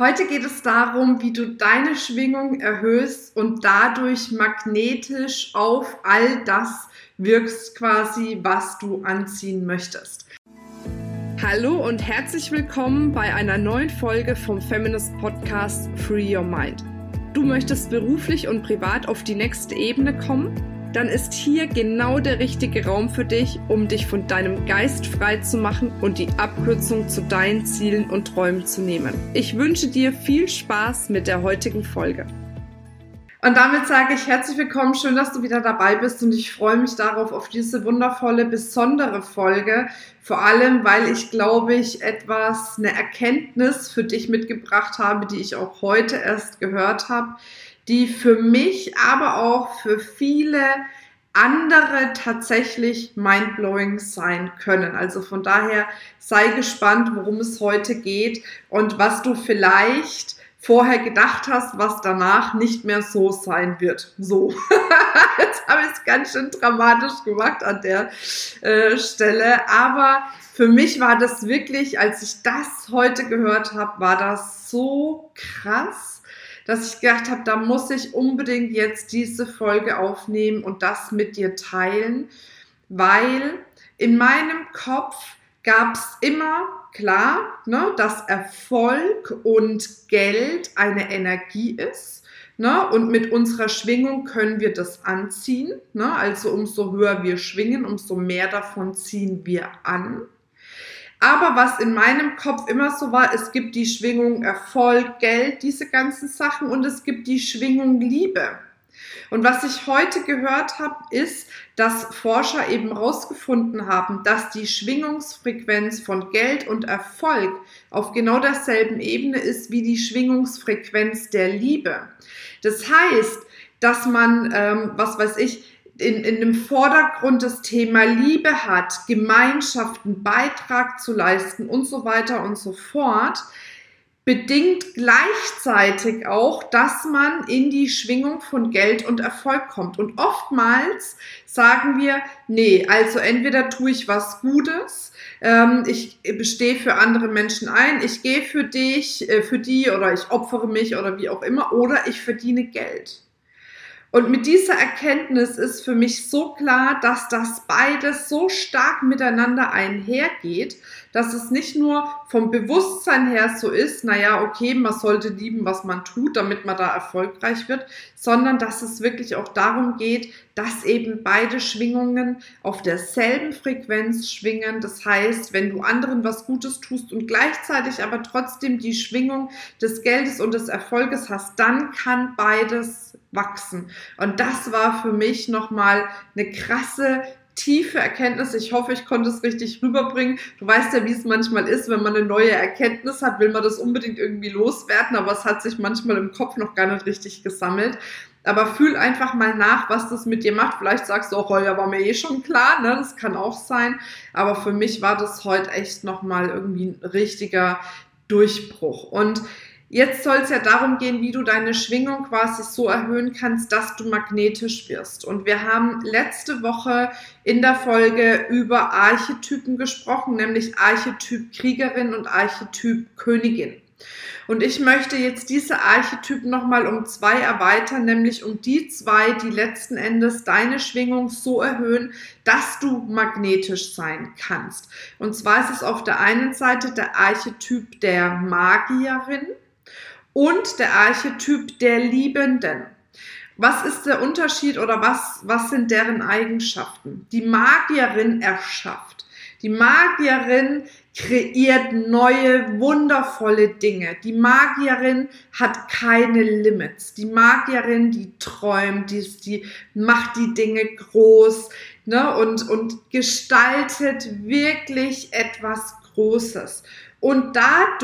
Heute geht es darum, wie du deine Schwingung erhöhst und dadurch magnetisch auf all das wirkst quasi, was du anziehen möchtest. Hallo und herzlich willkommen bei einer neuen Folge vom Feminist Podcast Free Your Mind. Du möchtest beruflich und privat auf die nächste Ebene kommen? Dann ist hier genau der richtige Raum für dich, um dich von deinem Geist frei zu machen und die Abkürzung zu deinen Zielen und Träumen zu nehmen. Ich wünsche dir viel Spaß mit der heutigen Folge. Und damit sage ich herzlich willkommen, schön, dass du wieder dabei bist und ich freue mich darauf, auf diese wundervolle, besondere Folge. Vor allem, weil ich glaube, eine Erkenntnis für dich mitgebracht habe, die ich auch heute erst gehört habe, die für mich, aber auch für viele andere tatsächlich mindblowing sein können. Also von daher sei gespannt, worum es heute geht und was du vielleicht vorher gedacht hast, was danach nicht mehr so sein wird. So, jetzt habe ich es ganz schön dramatisch gemacht an der Stelle, aber für mich war das wirklich, als ich das heute gehört habe, war das so krass, dass ich gedacht habe, da muss ich unbedingt jetzt diese Folge aufnehmen und das mit dir teilen, weil in meinem Kopf gab es immer, klar, dass Erfolg und Geld eine Energie ist, und mit unserer Schwingung können wir das anziehen, also umso höher wir schwingen, umso mehr davon ziehen wir an. Aber was in meinem Kopf immer so war, es gibt die Schwingung Erfolg, Geld, diese ganzen Sachen und es gibt die Schwingung Liebe. Und was ich heute gehört habe, ist, dass Forscher eben herausgefunden haben, dass die Schwingungsfrequenz von Geld und Erfolg auf genau derselben Ebene ist wie die Schwingungsfrequenz der Liebe. Das heißt, dass man, in dem Vordergrund das Thema Liebe hat, Gemeinschaften, Beitrag zu leisten und so weiter und so fort, bedingt gleichzeitig auch, dass man in die Schwingung von Geld und Erfolg kommt. Und oftmals sagen wir, nee, also entweder tue ich was Gutes, ich stehe für andere Menschen ein, ich gehe für dich, für die oder ich opfere mich oder wie auch immer, oder ich verdiene Geld. Und mit dieser Erkenntnis ist für mich so klar, dass das beides so stark miteinander einhergeht, dass es nicht nur vom Bewusstsein her so ist, okay, man sollte lieben, was man tut, damit man da erfolgreich wird, sondern dass es wirklich auch darum geht, dass eben beide Schwingungen auf derselben Frequenz schwingen. Das heißt, wenn du anderen was Gutes tust und gleichzeitig aber trotzdem die Schwingung des Geldes und des Erfolges hast, dann kann beides wachsen. Und das war für mich nochmal eine krasse, tiefe Erkenntnis. Ich hoffe, ich konnte es richtig rüberbringen. Du weißt ja, wie es manchmal ist, wenn man eine neue Erkenntnis hat, will man das unbedingt irgendwie loswerden, aber es hat sich manchmal im Kopf noch gar nicht richtig gesammelt. Aber fühl einfach mal nach, was das mit dir macht. Vielleicht sagst du auch, ja, war mir schon klar, das kann auch sein. Aber für mich war das heute echt nochmal irgendwie ein richtiger Durchbruch. Und jetzt soll es ja darum gehen, wie du deine Schwingung quasi so erhöhen kannst, dass du magnetisch wirst. Und wir haben letzte Woche in der Folge über Archetypen gesprochen, nämlich Archetyp Kriegerin und Archetyp Königin. Und ich möchte jetzt diese Archetypen nochmal um 2 erweitern, nämlich um die 2, die letzten Endes deine Schwingung so erhöhen, dass du magnetisch sein kannst. Und zwar ist es auf der einen Seite der Archetyp der Magierin und der Archetyp der Liebenden. Was ist der Unterschied oder was sind deren Eigenschaften? Die Magierin erschafft. Die Magierin kreiert neue, wundervolle Dinge. Die Magierin hat keine Limits. Die Magierin, die träumt, die macht die Dinge groß, und gestaltet wirklich etwas Großes. Und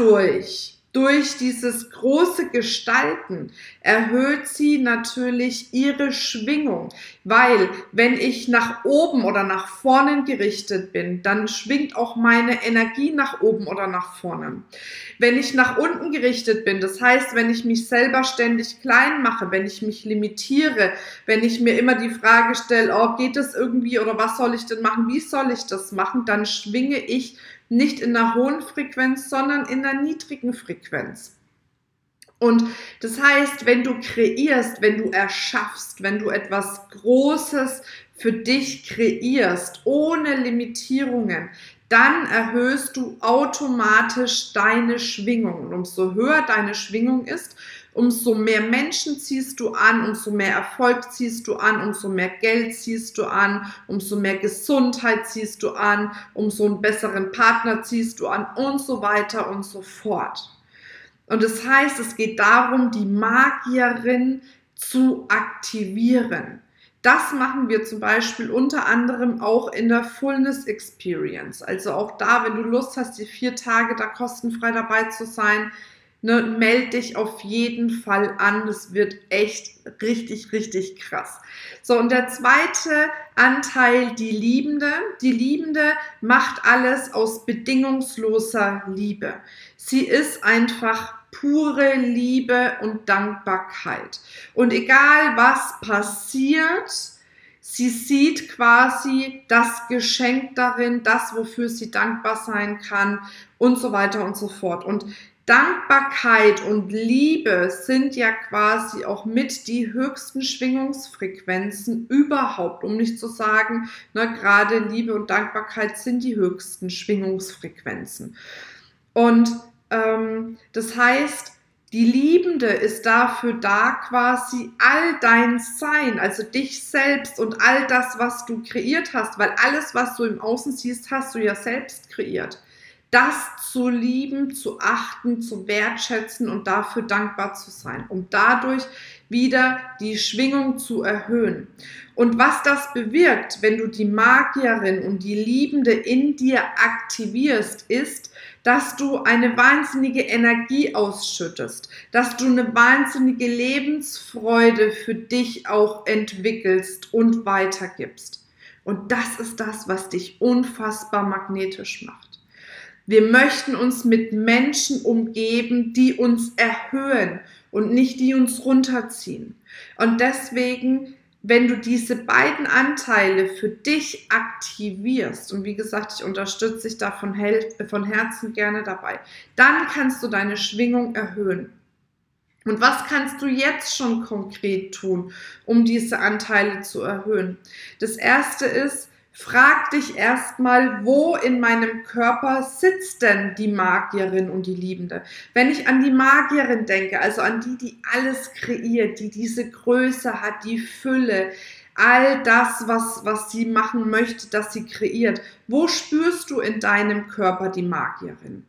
durch dieses große Gestalten erhöht sie natürlich ihre Schwingung, weil wenn ich nach oben oder nach vorne gerichtet bin, dann schwingt auch meine Energie nach oben oder nach vorne. Wenn ich nach unten gerichtet bin, das heißt, wenn ich mich selber ständig klein mache, wenn ich mich limitiere, wenn ich mir immer die Frage stelle, geht das irgendwie oder was soll ich denn machen, wie soll ich das machen, dann schwinge ich nicht in einer hohen Frequenz, sondern in einer niedrigen Frequenz. Und das heißt, wenn du kreierst, wenn du erschaffst, wenn du etwas Großes für dich kreierst, ohne Limitierungen, dann erhöhst du automatisch deine Schwingung. Und umso höher deine Schwingung ist, umso mehr Menschen ziehst du an, umso mehr Erfolg ziehst du an, umso mehr Geld ziehst du an, umso mehr Gesundheit ziehst du an, umso einen besseren Partner ziehst du an und so weiter und so fort. Und das heißt, es geht darum, die Magierin zu aktivieren. Das machen wir zum Beispiel unter anderem auch in der Fullness Experience. Also auch da, wenn du Lust hast, die 4 Tage da kostenfrei dabei zu sein, ne, meld dich auf jeden Fall an. Das wird echt richtig, richtig krass. So, und der zweite Anteil, die Liebende. Die Liebende macht alles aus bedingungsloser Liebe. Sie ist einfach pure Liebe und Dankbarkeit. Und egal was passiert, sie sieht quasi das Geschenk darin, das, wofür sie dankbar sein kann und so weiter und so fort. Und Dankbarkeit und Liebe sind ja quasi auch mit die höchsten Schwingungsfrequenzen überhaupt, um nicht zu sagen, ne, gerade Liebe und Dankbarkeit sind die höchsten Schwingungsfrequenzen. Und das heißt, die Liebende ist dafür da, quasi all dein Sein, also dich selbst und all das, was du kreiert hast, weil alles, was du im Außen siehst, hast du ja selbst kreiert. Das zu lieben, zu achten, zu wertschätzen und dafür dankbar zu sein, um dadurch wieder die Schwingung zu erhöhen. Und was das bewirkt, wenn du die Magierin und die Liebende in dir aktivierst, ist, dass du eine wahnsinnige Energie ausschüttest, dass du eine wahnsinnige Lebensfreude für dich auch entwickelst und weitergibst. Und das ist das, was dich unfassbar magnetisch macht. Wir möchten uns mit Menschen umgeben, die uns erhöhen und nicht die uns runterziehen. Und deswegen, wenn du diese beiden Anteile für dich aktivierst, und wie gesagt, ich unterstütze dich da von Herzen gerne dabei, dann kannst du deine Schwingung erhöhen. Und was kannst du jetzt schon konkret tun, um diese Anteile zu erhöhen? Das erste ist, frag dich erstmal, wo in meinem Körper sitzt denn die Magierin und die Liebende? Wenn ich an die Magierin denke, also an die, die alles kreiert, die diese Größe hat, die Fülle, all das, was sie machen möchte, dass sie kreiert, wo spürst du in deinem Körper die Magierin?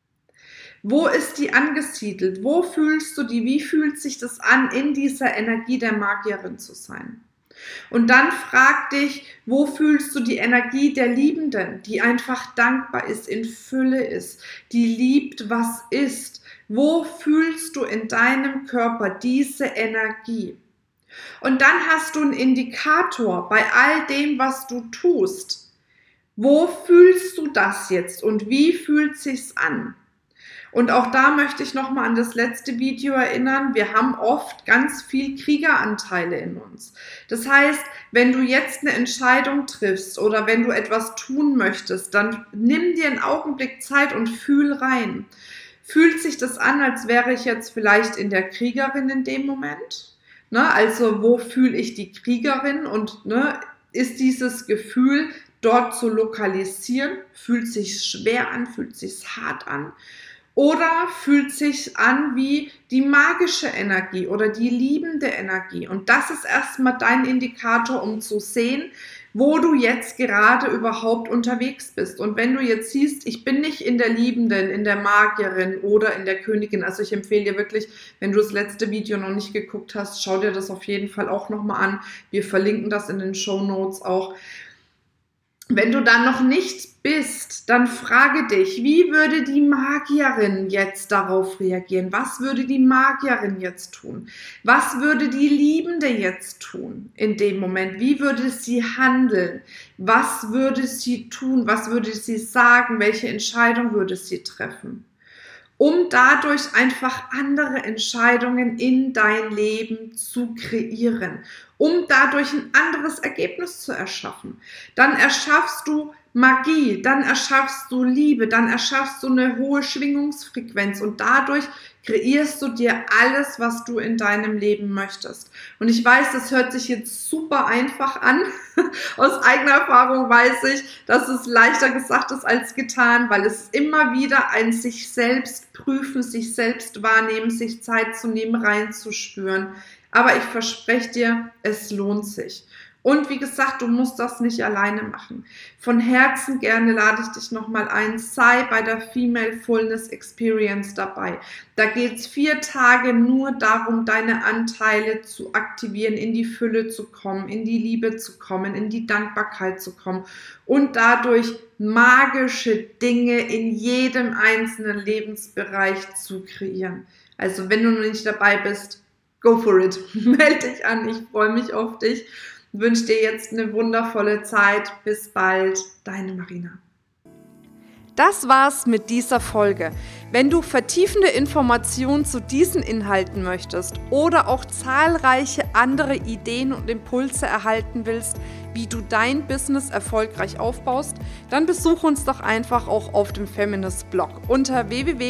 Wo ist die angesiedelt? Wo fühlst du die? Wie fühlt sich das an, in dieser Energie der Magierin zu sein? Und dann frag dich, wo fühlst du die Energie der Liebenden, die einfach dankbar ist, in Fülle ist, die liebt, was ist. Wo fühlst du in deinem Körper diese Energie? Und dann hast du einen Indikator bei all dem, was du tust. Wo fühlst du das jetzt und wie fühlt sich's an? Und auch da möchte ich nochmal an das letzte Video erinnern. Wir haben oft ganz viel Kriegeranteile in uns. Das heißt, wenn du jetzt eine Entscheidung triffst oder wenn du etwas tun möchtest, dann nimm dir einen Augenblick Zeit und fühl rein. Fühlt sich das an, als wäre ich jetzt vielleicht in der Kriegerin in dem Moment? Ne? Also wo fühle ich die Kriegerin und ne, ist dieses Gefühl dort zu lokalisieren? Fühlt sich schwer an, fühlt sich hart an? Oder fühlt sich an wie die magische Energie oder die liebende Energie. Und das ist erstmal dein Indikator, um zu sehen, wo du jetzt gerade überhaupt unterwegs bist. Und wenn du jetzt siehst, ich bin nicht in der Liebenden, in der Magierin oder in der Königin, also ich empfehle dir wirklich, wenn du das letzte Video noch nicht geguckt hast, schau dir das auf jeden Fall auch nochmal an. Wir verlinken das in den Shownotes auch. Wenn du dann noch nicht bist, dann frage dich, wie würde die Magierin jetzt darauf reagieren? Was würde die Magierin jetzt tun? Was würde die Liebende jetzt tun in dem Moment? Wie würde sie handeln? Was würde sie tun? Was würde sie sagen? Welche Entscheidung würde sie treffen? Um dadurch einfach andere Entscheidungen in dein Leben zu kreieren, um dadurch ein anderes Ergebnis zu erschaffen. Dann erschaffst du Magie, dann erschaffst du Liebe, dann erschaffst du eine hohe Schwingungsfrequenz und dadurch kreierst du dir alles, was du in deinem Leben möchtest. Und ich weiß, das hört sich jetzt super einfach an. Aus eigener Erfahrung weiß ich, dass es leichter gesagt ist als getan, weil es immer wieder ein sich selbst prüfen, sich selbst wahrnehmen, sich Zeit zu nehmen, reinzuspüren. Aber ich verspreche dir, es lohnt sich. Und wie gesagt, du musst das nicht alleine machen. Von Herzen gerne lade ich dich nochmal ein, sei bei der Female Fullness Experience dabei. Da geht es 4 Tage nur darum, deine Anteile zu aktivieren, in die Fülle zu kommen, in die Liebe zu kommen, in die Dankbarkeit zu kommen und dadurch magische Dinge in jedem einzelnen Lebensbereich zu kreieren. Also wenn du noch nicht dabei bist, go for it. Melde dich an, ich freue mich auf dich. Ich wünsche dir jetzt eine wundervolle Zeit. Bis bald, deine Marina. Das war's mit dieser Folge. Wenn du vertiefende Informationen zu diesen Inhalten möchtest oder auch zahlreiche andere Ideen und Impulse erhalten willst, wie du dein Business erfolgreich aufbaust, dann besuch uns doch einfach auch auf dem Feminist-Blog. Unter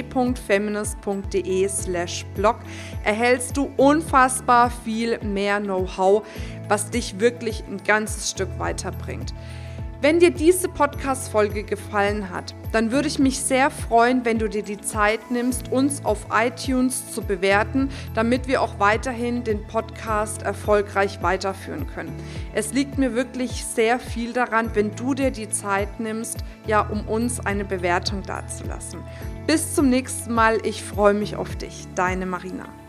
www.feminist.de/blog erhältst du unfassbar viel mehr Know-how, was dich wirklich ein ganzes Stück weiterbringt. Wenn dir diese Podcast-Folge gefallen hat, dann würde ich mich sehr freuen, wenn du dir die Zeit nimmst, uns auf iTunes zu bewerten, damit wir auch weiterhin den Podcast erfolgreich weiterführen können. Es liegt mir wirklich sehr viel daran, wenn du dir die Zeit nimmst, um uns eine Bewertung dazulassen. Bis zum nächsten Mal, ich freue mich auf dich, deine Marina.